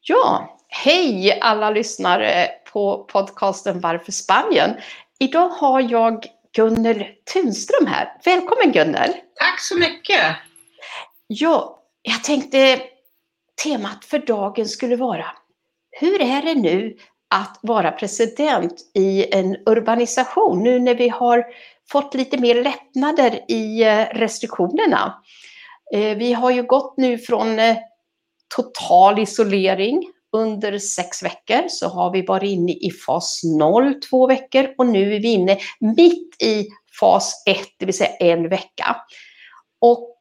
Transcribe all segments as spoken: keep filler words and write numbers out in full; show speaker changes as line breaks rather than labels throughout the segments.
Ja, hej alla lyssnare på podcasten Varför Spanien? Idag har jag Gunnel Tunström här. Välkommen Gunnel!
Tack så mycket!
Ja, jag tänkte temat för dagen skulle vara: hur är det nu att vara president i en urbanisation nu när vi har fått lite mer lättnader i restriktionerna? Vi har ju gått nu från total isolering under sex veckor, så har vi varit inne i fas noll två veckor och nu är vi inne mitt i fas ett, det vill säga en vecka. Och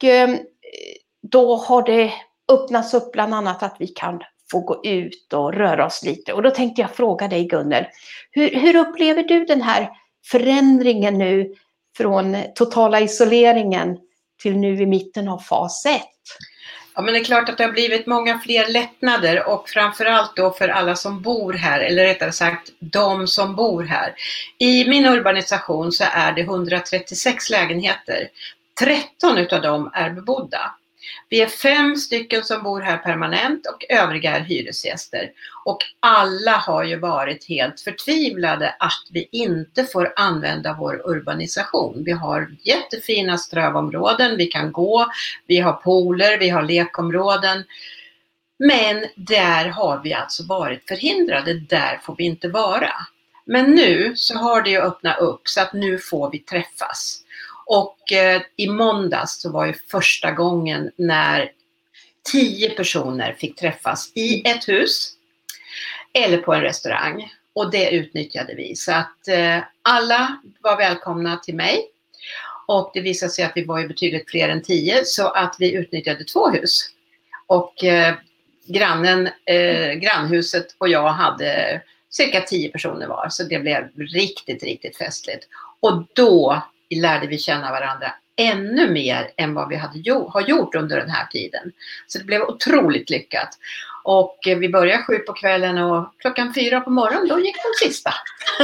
då har det öppnats upp bland annat att vi kan få gå ut och röra oss lite. Och då tänkte jag fråga dig Gunnel, hur, hur upplever du den här förändringen nu från totala isoleringen till nu i mitten av fas ett?
Ja, men det är klart att det har blivit många fler lättnader och framförallt då för alla som bor här, eller rättare sagt de som bor här. I min urbanisation så är det hundratrettiosex lägenheter. tretton utav dem är bebodda. Vi är fem stycken som bor här permanent och övriga är hyresgäster. Och alla har ju varit helt förtvivlade att vi inte får använda vår urbanisation. Vi har jättefina strövområden, vi kan gå, vi har pooler, vi har lekområden. Men där har vi alltså varit förhindrade, där får vi inte vara. Men nu så har det ju öppnat upp så att nu får vi träffas. Och eh, i måndags så var ju första gången när tio personer fick träffas i ett hus eller på en restaurang. Och det utnyttjade vi. Så att eh, alla var välkomna till mig. Och det visade sig att vi var ju betydligt fler än tio, så att vi utnyttjade två hus. Och eh, grannen, eh, grannhuset och jag hade cirka tio personer var. Så det blev riktigt, riktigt festligt. Och då lärde vi känna varandra ännu mer än vad vi hade jo- har gjort under den här tiden. Så det blev otroligt lyckat. Och vi började sju på kvällen och klockan fyra på morgonen, då gick de sista.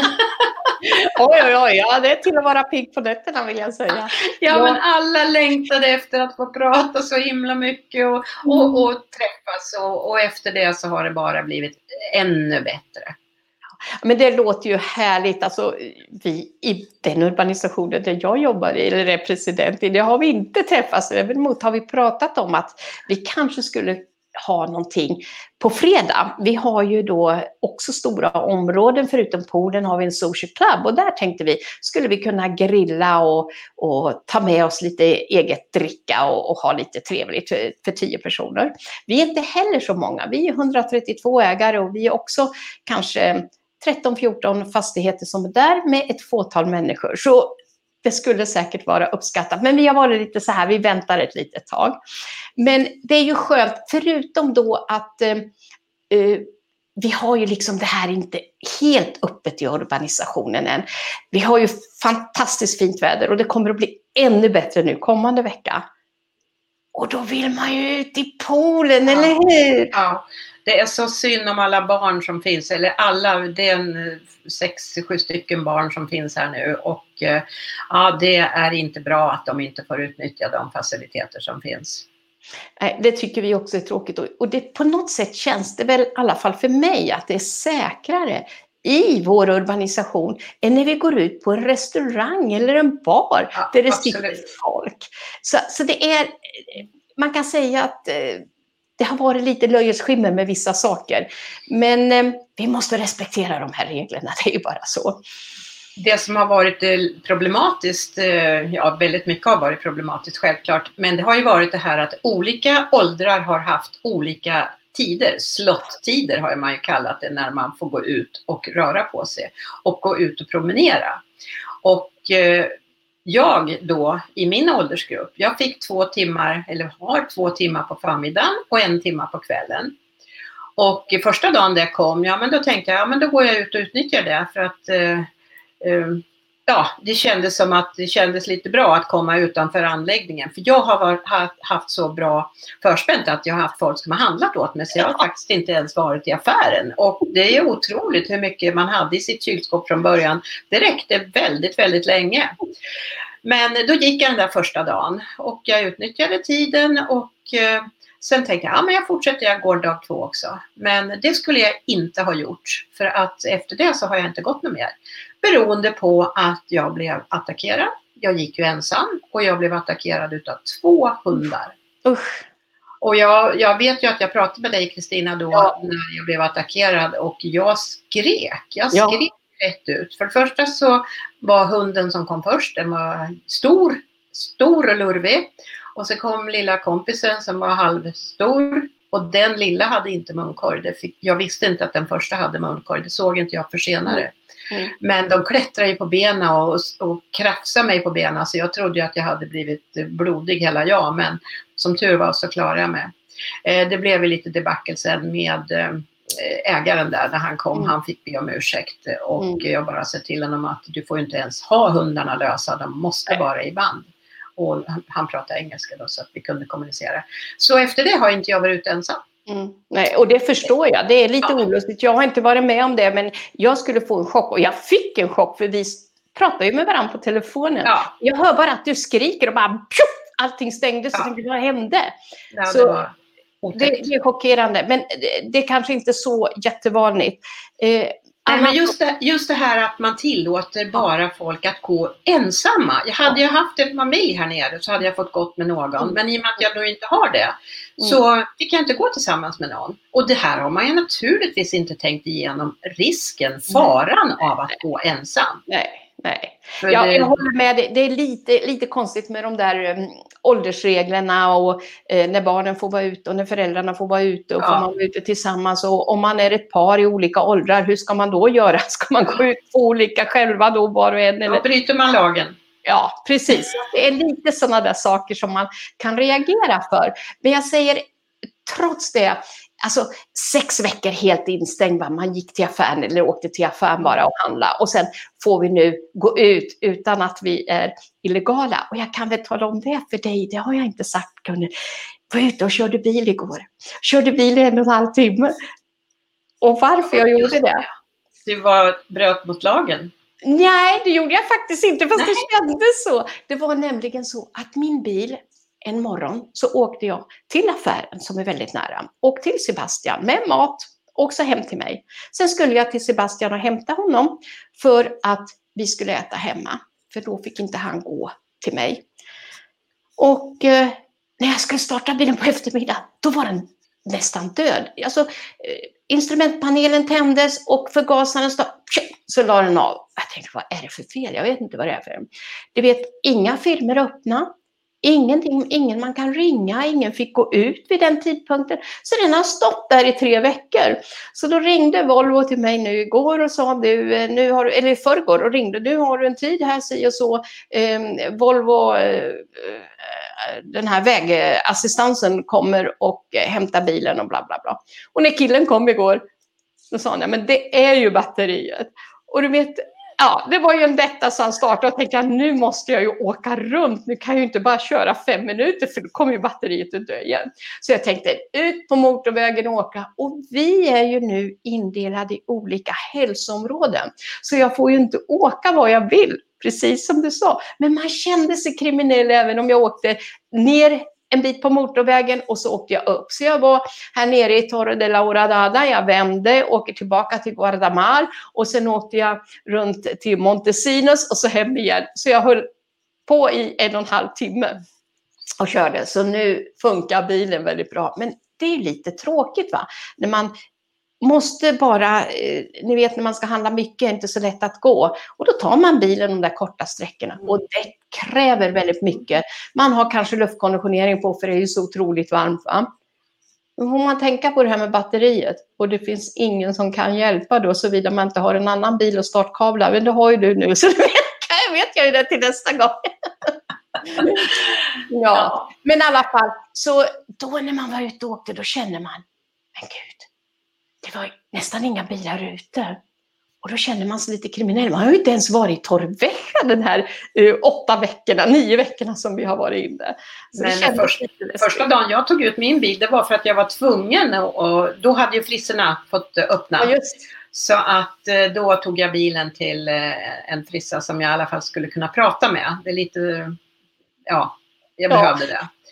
Oj, oj, oj, ja, det är till att vara pigg på nätterna vill jag säga.
Ja,
Ja.
Men alla längtade efter att få prata så himla mycket och, och, och träffas. Och, och efter det så har det bara blivit ännu bättre.
Men det låter ju härligt. Alltså, vi i den urbanisationen där jag jobbar i, eller är president i, det har vi inte träffats. Däremot har vi pratat om att vi kanske skulle ha någonting på fredag. Vi har ju då också stora områden, förutom poolen har vi en social club, och där tänkte vi, skulle vi kunna grilla och, och ta med oss lite eget dricka och, och ha lite trevligt för, för tio personer. Vi är inte heller så många, vi är hundratrettiotvå ägare och vi är också kanske tretton fjorton fastigheter som är där med ett fåtal människor. Så det skulle säkert vara uppskattat. Men vi har varit lite så här, vi väntar ett litet tag. Men det är ju skönt, förutom då att eh, vi har ju liksom det här inte helt öppet i urbanisationen än. Vi har ju fantastiskt fint väder och det kommer att bli ännu bättre nu kommande vecka. Och då vill man ju ut i poolen, ja. Eller hur?
Ja, det är så synd om alla barn som finns, eller alla, det är en sex, sju stycken barn som finns här nu. Och ja, det är inte bra att de inte får utnyttja de faciliteter som finns.
Det tycker vi också är tråkigt. Och det, på något sätt känns det väl, i alla fall för mig, att det är säkrare i vår urbanisation än när vi går ut på en restaurang eller en bar, ja, där det absolut sitter folk. Så, så det är, man kan säga att eh, det har varit lite löjets skimmer med vissa saker. Men eh, vi måste respektera de här reglerna, det är ju bara så.
Det som har varit problematiskt, ja, väldigt mycket har varit problematiskt självklart, men det har ju varit det här att olika åldrar har haft olika tider, slottider har man ju kallat det, när man får gå ut och röra på sig och gå ut och promenera. Och eh, jag då i min åldersgrupp, jag fick två timmar, eller har två timmar på förmiddagen och en timme på kvällen. Och första dagen det kom, ja men då tänkte jag, ja men då går jag ut och utnyttjar det, för att eh, Uh, ja, det kändes som att det kändes lite bra att komma utanför anläggningen. För jag har varit, haft så bra förspänt att jag har haft folk som har handlat åt mig. Så jag har faktiskt inte ens varit i affären. Och det är otroligt hur mycket man hade i sitt kylskåp från början. Det räckte väldigt, väldigt länge. Men då gick jag den där första dagen. Och jag utnyttjade tiden och uh, Sen tänkte jag, ja men jag fortsätter, jag går dag två också. Men det skulle jag inte ha gjort. För att efter det så har jag inte gått något mer. Beroende på att jag blev attackerad. Jag gick ju ensam och jag blev attackerad utav två hundar.
Usch.
Och jag, jag vet ju att jag pratade med dig Kristina då
Ja.
när jag blev attackerad och jag skrek. Jag
Ja.
skrek rätt ut. För det första så var hunden som kom först, den var stor, stor och lurvig. Och så kom lilla kompisen som var halvstor och den lilla hade inte munkorg. Det fick, jag visste inte att den första hade munkorg, det såg inte jag för senare. Mm. Men de klättrade ju på benen och, och krafsade mig på benen så jag trodde ju att jag hade blivit blodig hela jag. Men som tur var så klarade jag mig. Eh, det blev ju lite debacle sen med eh, ägaren där när han kom. Mm. Han fick be om ursäkt och mm. jag bara sa till honom att du får inte ens ha hundarna lösa, de måste Nej. vara i band. Och han, han pratade engelska då så att vi kunde kommunicera. Så efter det har inte jag varit ute ensam.
Mm. Nej, och det förstår jag. Det är lite ja. olustigt. Jag har inte varit med om det, men jag skulle få en chock. Och jag fick en chock för vi pratar ju med varandra på telefonen. Ja. Jag hör bara att du skriker och bara pjuff, allting stängdes. Ja. Så tänkte, vad hände? Ja, så det, var det, det är chockerande. Men det, det är kanske inte så jättevanligt. Eh,
Nej, men just det, just det här att man tillåter bara folk att gå ensamma. Jag hade ju haft en familj här nere så hade jag fått gått med någon. Mm. Men i och med att jag då inte har det så fick jag inte gå tillsammans med någon. Och det här har man ju naturligtvis inte tänkt igenom risken, faran Nej. av att gå ensam.
Nej, nej. Ja, det... Jag håller med. Det är lite, lite konstigt med de där um, åldersreglerna och eh, när barnen får vara ute och när föräldrarna får vara ute och ja. får man vara ute tillsammans. Och om man är ett par i olika åldrar, hur ska man då göra? Ska man gå ut på olika själva då var och en? Eller...
Då bryter man lagen.
Ja, precis. Det är lite sådana där saker som man kan reagera för. Men jag säger, trots det, alltså sex veckor helt instängd. Man gick till affären eller åkte till affären bara och handla. Och sen får vi nu gå ut utan att vi är illegala. Och jag kan väl tala om det för dig. Det har jag inte sagt. Jag var ute och körde bil igår. Körde bil i en och en halv timme. Och varför jag gjorde det?
Du var bröt mot lagen.
Nej, det gjorde jag faktiskt inte, fast Nej. det kändes så. Det var nämligen så att min bil, en morgon så åkte jag till affären som är väldigt nära och till Sebastian med mat och så hem till mig. Sen skulle jag till Sebastian och hämta honom för att vi skulle äta hemma. För då fick inte han gå till mig. Och eh, när jag skulle starta bilen på eftermiddag, då var den nästan död. Alltså, eh, instrumentpanelen tändes och förgasaren stod, så la den av. Jag tänkte, vad är det för fel? Jag vet inte vad det är för. Du vet, inga firmor öppna. Ingenting, ingen man kan ringa, ingen fick gå ut vid den tidpunkten. Så den har stått där i tre veckor. Så då ringde Volvo till mig nu igår och sa du, nu har du, eller i förrgår och ringde, nu har du en tid här, si och så. Eh, Volvo, eh, den här vägassistansen kommer och hämtar bilen och bla bla bla. Och när killen kom igår, då sa han, men det är ju batteriet. Och du vet, ja, det var ju en detta som han startade och tänkte att nu måste jag ju åka runt. Nu kan jag ju inte bara köra fem minuter för då kommer ju batteriet att dö igen. Så jag tänkte ut på motorvägen och åka. Och vi är ju nu indelade i olika hälsoområden. Så jag får ju inte åka vad jag vill, precis som du sa. Men man kände sig kriminell även om jag åkte ner en bit på motorvägen och så åkte jag upp. Så jag var här nere i Torre de la Horadada, jag vände, åker tillbaka till Guardamar och sen åkte jag runt till Montesinos och så hem igen. Så jag höll på i en och en halv timme och körde. Så nu funkar bilen väldigt bra. Men det är lite tråkigt va, när man måste bara, ni vet när man ska handla mycket är det inte så lätt att gå. Och då tar man bilen de där korta sträckorna. Och det kräver väldigt mycket. Man har kanske luftkonditionering på för det är ju så otroligt varmt va. Då får man tänka på det här med batteriet. Och det finns ingen som kan hjälpa då såvida man inte har en annan bil och startkablar. Men det har ju du nu så det vet jag, vet jag ju det till nästa gång. Ja, men i alla fall. Så då när man var ute och åkte då känner man, men gud. Det var nästan inga bilar ute. Och då känner man sig lite kriminell. Man har ju inte ens varit i Torrevieja den här uh, åtta veckorna, nio veckorna som vi har varit inne. Så
Men först, första dagen jag tog ut min bil, det var för att jag var tvungen. Och, och då hade ju frissorna fått öppna.
Ja, just.
Så att då tog jag bilen till uh, en frissa som jag i alla fall skulle kunna prata med. Det är lite, ja, jag
ja.
behövde det.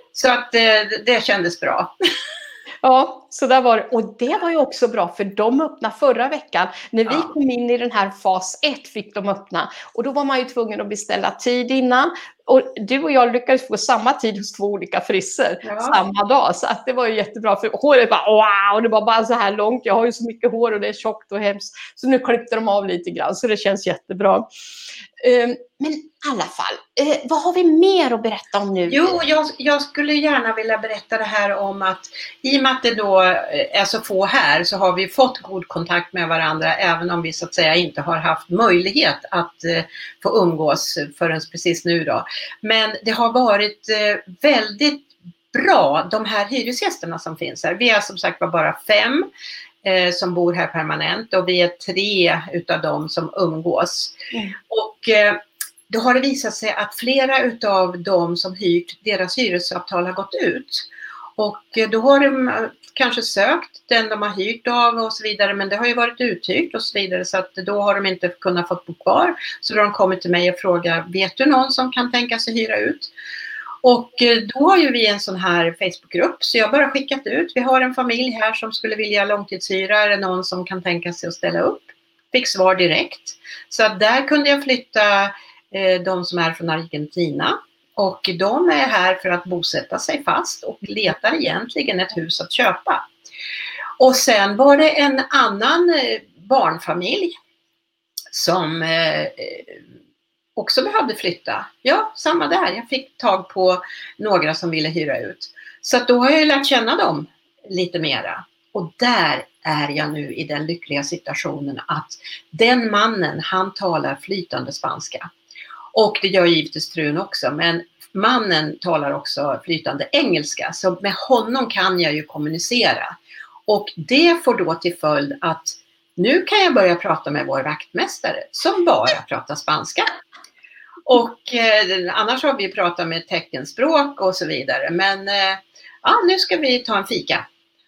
Så att det, det kändes bra.
Ja, så där var det. Och det var ju också bra för de öppnade förra veckan. När vi
Ja.
kom in i den här fas ett fick de öppna. Och då var man ju tvungen att beställa tid innan. Och du och jag lyckades få samma tid hos två olika frisser
Ja.
samma dag. Så att det var ju jättebra. För håret bara wow, det var bara så här långt. Jag har ju så mycket hår och det är tjockt och hemskt. Så nu klippte de av lite grann. Så det känns jättebra. Men i alla fall, vad har vi mer att berätta om nu?
Jo, jag, jag skulle gärna vilja berätta det här om att i och med att det då är så få här så har vi fått god kontakt med varandra även om vi så att säga inte har haft möjlighet att eh, få umgås förrän precis nu då. Men det har varit eh, väldigt bra, de här hyresgästerna som finns här. Vi är som sagt bara fem eh, som bor här permanent och vi är tre utav dem som umgås. Mm. Och eh, då har det visat sig att flera utav dem som hyrt, deras hyresavtal har gått ut. Och då har de kanske sökt den de har hyrt av och så vidare, men det har ju varit uthyrt och så vidare så att då har de inte kunnat få bo kvar. Så då har de kommit till mig och frågat, vet du någon som kan tänka sig hyra ut? Och då har ju vi en sån här Facebookgrupp så jag har bara skickat ut, vi har en familj här som skulle vilja långtidshyra, är det någon som kan tänka sig att ställa upp? Fick svar direkt. Så att där kunde jag flytta de som är från Argentina och de är här för att bosätta sig fast och letar egentligen ett hus att köpa. Och sen var det en annan barnfamilj som också behövde flytta. Ja, samma där. Jag fick tag på några som ville hyra ut. Så att då har jag lärt känna dem lite mera. Och där är jag nu i den lyckliga situationen att den mannen, han talar flytande spanska. Och det gör givetvis frun också, men mannen talar också flytande engelska. Så med honom kan jag ju kommunicera. Och det får då till följd att nu kan jag börja prata med vår vaktmästare som bara pratar spanska. Och eh, annars har vi pratat med teckenspråk och så vidare. Men eh, ja, nu ska vi ta en fika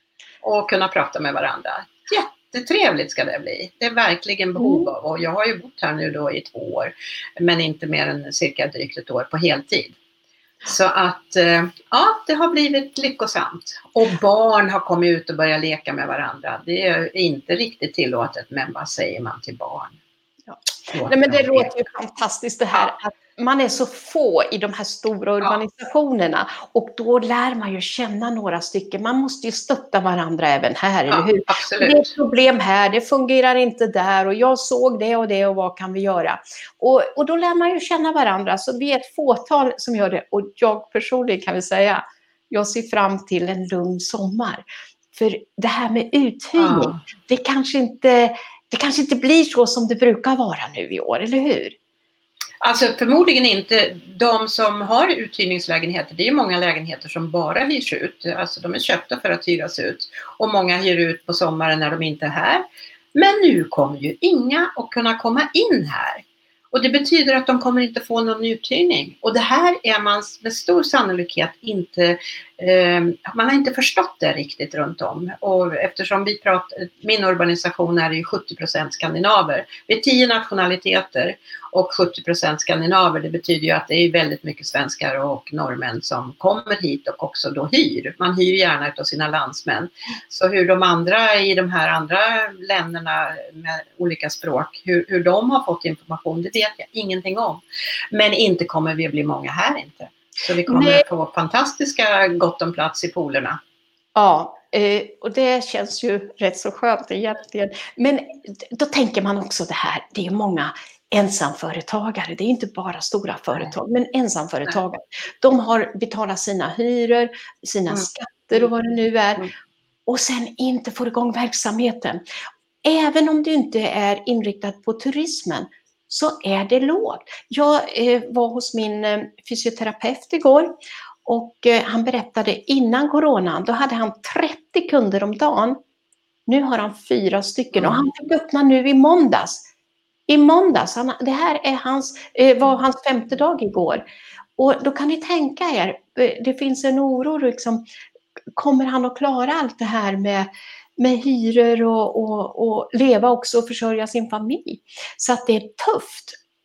och kunna prata med varandra. Jättetrevligt ska det bli. Det är verkligen behov av. Och jag har ju bott här nu då i två år. Men inte mer än cirka drygt ett år på heltid. Så att eh, ja, det har blivit lyckosamt. Och barn har kommit ut och börjat leka med varandra. Det är inte riktigt tillåtet, men vad säger man till barn?
Ja. Nej, men det låter ju fantastiskt det här att man är så få i de här stora urbanisationerna och då lär man ju känna några stycken. Man måste ju stötta varandra även här, ja, eller hur?
Absolut.
Det är ett problem här, det fungerar inte där och jag såg det och det och vad kan vi göra? Och, och då lär man ju känna varandra, så vi är ett fåtal som gör det och jag personligen kan väl säga, jag ser fram till en lugn sommar. För det här med uthyrning, ja. det kanske inte... Det kanske inte blir så som det brukar vara nu i år, eller hur?
Alltså förmodligen inte. De som har uthyrningslägenheter, det är många lägenheter som bara hyrs ut. Alltså de är köpta för att hyras ut. Och många hyr ut på sommaren när de inte är här. Men nu kommer ju inga att kunna komma in här. Och det betyder att de kommer inte få någon uthyrning. Och det här är man med stor sannolikhet inte, eh, man har inte förstått det riktigt runt om. Och eftersom vi pratar, min urbanisation är ju sjuttio procent skandinaver. Vi är tio nationaliteter och sjuttio procent skandinaver. Det betyder ju att det är väldigt mycket svenskar och norrmän som kommer hit och också då hyr. Man hyr gärna utav sina landsmän. Så hur de andra i de här andra länderna med olika språk, hur, hur de har fått information, det vet jag ingenting om. Men inte kommer vi att bli många här inte. Så vi kommer Nej. att få fantastiska gott om plats i poolerna.
Ja, eh, och det känns ju rätt så skönt egentligen. Men då tänker man också det här, det är många ensamföretagare, det är inte bara stora företag, men ensamföretagare. De har betalat sina hyror, sina mm. skatter och vad det nu är. Mm. Och sen inte får igång verksamheten. Även om du inte är inriktad på turismen så är det lågt. Jag eh, var hos min eh, fysioterapeut igår och eh, han berättade innan coronan, då hade han trettio kunder om dagen. Nu har han fyra stycken och han fick öppna nu i måndags. I måndags, han, det här är hans, eh, var hans femte dag igår. Och då kan ni tänka er, det finns en oro liksom, kommer han att klara allt det här med med hyror och, och, och leva också och försörja sin familj. Så att det är tufft.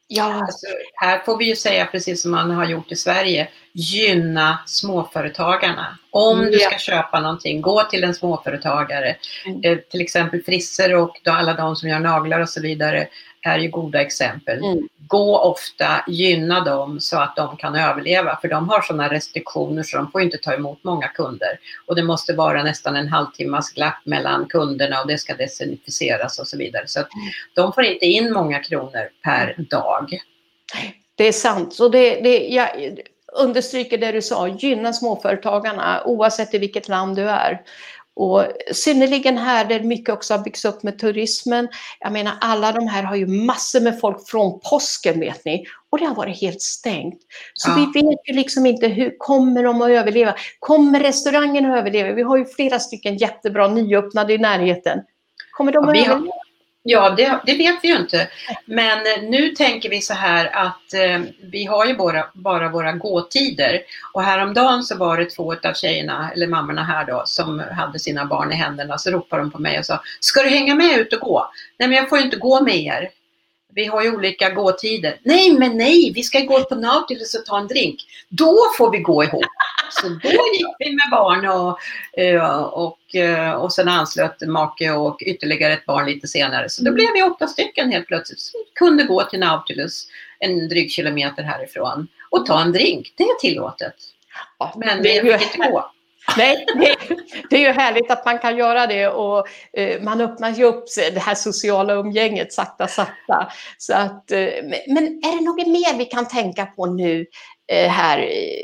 Ja.
Alltså, här får vi ju säga precis som man har gjort i Sverige, gynna småföretagarna. Om du ska köpa någonting, gå till en småföretagare.
Mm.
Eh, till exempel frisser och då alla de som gör naglar och så vidare är ju goda exempel.
Mm.
Gå ofta, gynna dem så att de kan överleva. För de har sådana restriktioner så de får inte ta emot många kunder. Och det måste vara nästan en halvtimmas glapp mellan kunderna och det ska desinficeras och så vidare. Så att de får inte in många kronor per dag.
Det är sant. Så det, det, jag understryker det du sa, gynna småföretagarna oavsett i vilket land du är. Och synnerligen här där mycket också har byggts upp med turismen. Jag menar alla de här har ju massor med folk från påsken vet ni. Och det har varit helt stängt. Så
Ja.
vi vet ju liksom inte hur kommer de att överleva. Kommer restaurangen att överleva? Vi har ju flera stycken jättebra nyöppnade i närheten. Kommer de
Ja,
att
vi har-
överleva?
Ja, det, det vet vi ju inte. Men nu tänker vi så här att eh, vi har ju bara, bara våra gåtider. Och häromdagen så var det två av tjejerna, eller mammorna här då, som hade sina barn i händerna. Så ropade de på mig och sa, ska du hänga med ut och gå? Nej, men jag får ju inte gå med er. Vi har ju olika gåtider. Nej, men nej, vi ska gå på Nautilus och ta en drink. Då får vi gå ihop. Så då gick vi med barn och, eh, och, eh, och sen anslöt make och ytterligare ett barn lite senare. Så då blev vi åtta stycken helt plötsligt. Så vi kunde gå till Nautilus en dryg kilometer härifrån och ta en drink. Det är tillåtet.
Ja,
Men
det är
vi
ju-
fick inte gå.
Nej, det, det är ju härligt att man kan göra det och eh, man öppnar ju upp sig, det här sociala umgänget sakta, sakta. Så att, eh, men- men är det något mer vi kan tänka på nu eh, här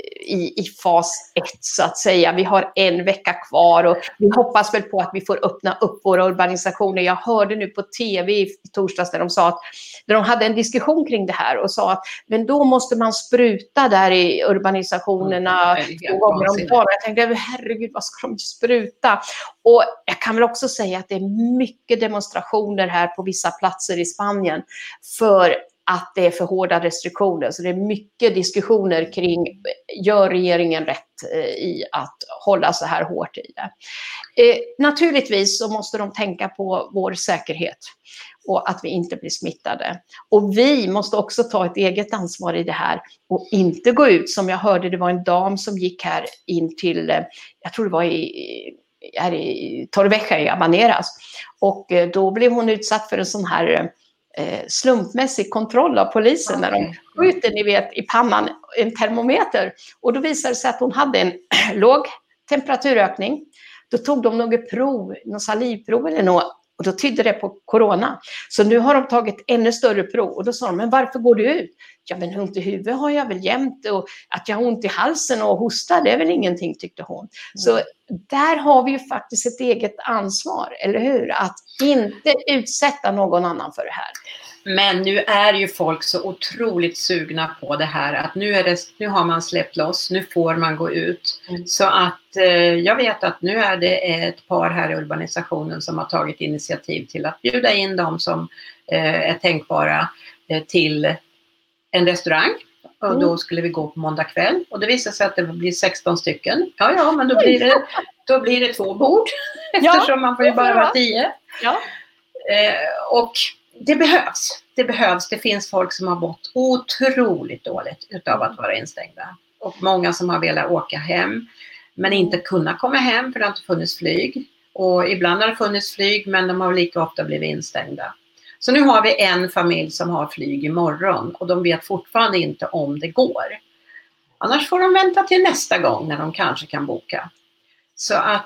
i, i fas ett så att säga? Vi har en vecka kvar och vi hoppas väl på att vi får öppna upp våra urbanisationer. Jag hörde nu på tv i torsdags där de sa att där de hade en diskussion kring det här och sa att men då måste man spruta där i urbanisationerna
Mm, det är helt
två gånger om
vansinnigt.
dagen. Jag tänkte, herregud, vad ska de spruta? Och jag kan väl också säga att det är mycket demonstrationer här på vissa platser i Spanien för att det är för hårda restriktioner. Så det är mycket diskussioner kring, gör regeringen rätt eh, i att hålla så här hårt i det? Eh, naturligtvis så måste de tänka på vår säkerhet och att vi inte blir smittade. Och vi måste också ta ett eget ansvar i det här och inte gå ut, som jag hörde, det var en dam som gick här in till, eh, jag tror det var i, här i Torrevieja i Habaneras. Och eh, då blev hon utsatt för en sån här eh, slumpmässig kontroll av polisen när de skjuter, ni vet, i pannan en termometer. Och då visade det sig att hon hade en låg temperaturökning. Då tog de något prov, något salivprov eller något. Och då tydde det på corona. Så nu har de tagit ännu större prov. Och då sa de, men varför går du ut? Ja, men ont i huvudet har jag väl jämt. Och att jag har ont i halsen och hostar, det är väl ingenting, tyckte hon. Mm. Så där har vi ju faktiskt ett eget ansvar, eller hur? Att inte utsätta någon annan för det här.
Men nu är ju folk så otroligt sugna på det här att nu, är det, nu har man släppt loss, nu får man gå ut. Mm. Så att eh, jag vet att nu är det ett par här i urbanisationen som har tagit initiativ till att bjuda in dem som eh, är tänkbara eh, till en restaurang. Och mm. då skulle vi gå på måndag kväll och det visade sig att det blir sexton stycken. Ja, ja, men då blir det, då blir det två bord eftersom ja, man får ju bara vara tio. Ja. Eh, och det behövs. Det behövs. Det finns folk som har mått otroligt dåligt utav att vara instängda. Och många som har velat åka hem men inte kunna komma hem för det har inte funnits flyg. Och ibland har det funnits flyg men de har lika ofta blivit instängda. Så nu har vi en familj som har flyg imorgon och de vet fortfarande inte om det går. Annars får de vänta till nästa gång när de kanske kan boka. Så att,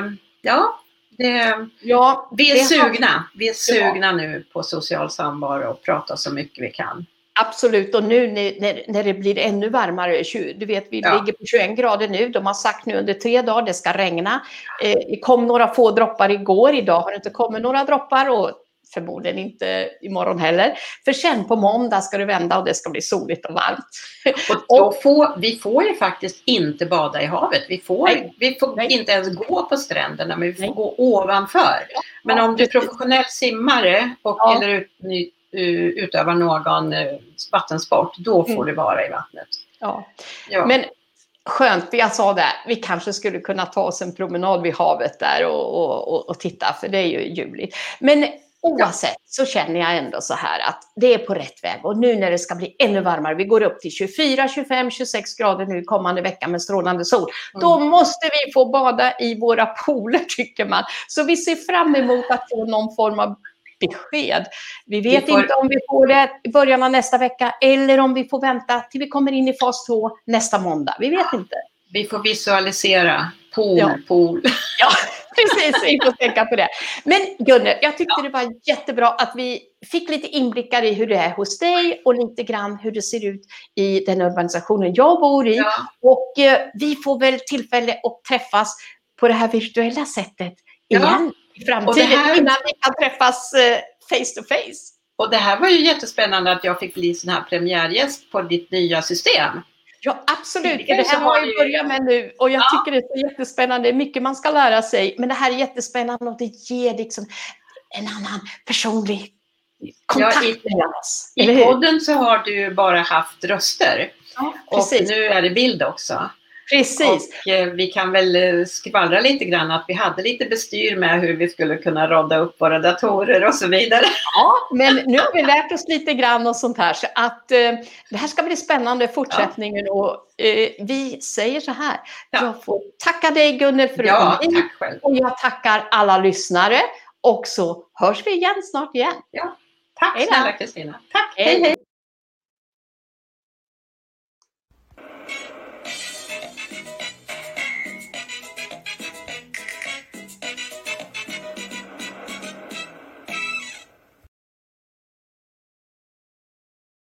ja... Det, ja, vi är sugna. Har... Vi är sugna ja. nu på social samvaro och prata så mycket vi kan.
Absolut, och nu när, när det blir ännu varmare, du vet vi ja. ligger på tjugoen grader nu, de har sagt nu under tre dagar det ska regna. Eh, det kom några få droppar igår, idag har det inte kommit några droppar och förmodligen inte imorgon heller. För sen på måndag ska det vända och det ska bli soligt och varmt.
Och då får, vi får ju faktiskt inte bada i havet. Vi får, vi får inte ens gå på stränderna, men vi får Nej. gå ovanför. Men ja, om du är professionell simmare och, ja. eller ut, utövar någon vattensport, då får mm. du vara i vattnet.
Ja. Ja. Men skönt, jag sa det, vi kanske skulle kunna ta oss en promenad vid havet där och, och, och, och titta, för det är ju ljuvligt. Men oavsett så känner jag ändå så här att det är på rätt väg. Och nu när det ska bli ännu varmare, vi går upp till tjugofyra, tjugofem, tjugosex grader nu kommande vecka med strålande sol. Mm. Då måste vi få bada i våra pooler tycker man. Så vi ser fram emot att få någon form av besked. Vi vet vi får... inte om vi får det i början av nästa vecka eller om vi får vänta till vi kommer in i fas två nästa måndag. Vi vet inte.
Vi får visualisera pool,
ja.
pool.
Ja, precis. Vi får tänka på det. Men Gunnel, jag tyckte ja. det var jättebra att vi fick lite inblickar i hur det är hos dig och lite grann hur det ser ut i den organisationen jag bor i. Ja. Och eh, vi får väl tillfälle att träffas på det här virtuella sättet igen ja. i framtiden här... innan vi kan träffas eh, face to face.
Och det här var ju jättespännande att jag fick bli sån här premiärgäst på ditt nya system.
Ja, absolut. För det här har jag börjat med nu och jag ja. tycker det är så jättespännande. Det är mycket man ska lära sig. Men det här är jättespännande och det ger liksom en annan personlig kontakt ja, i, med oss.
I podden så har du bara haft röster.
Ja,
och nu är det bild också.
Precis.
Och eh, vi kan väl skvallra lite grann att vi hade lite bestyr med hur vi skulle kunna rodda upp våra datorer och så vidare.
Ja, men nu har vi lärt oss lite grann och sånt här så att eh, det här ska bli spännande fortsättningen ja. och eh, vi säger så här. Ja. Jag får tacka dig Gunnel för att
ja,
du kom in
själv.
Och jag tackar alla lyssnare och så hörs vi igen snart igen.
Ja, tack snälla Kristina. Tack,
hej hej.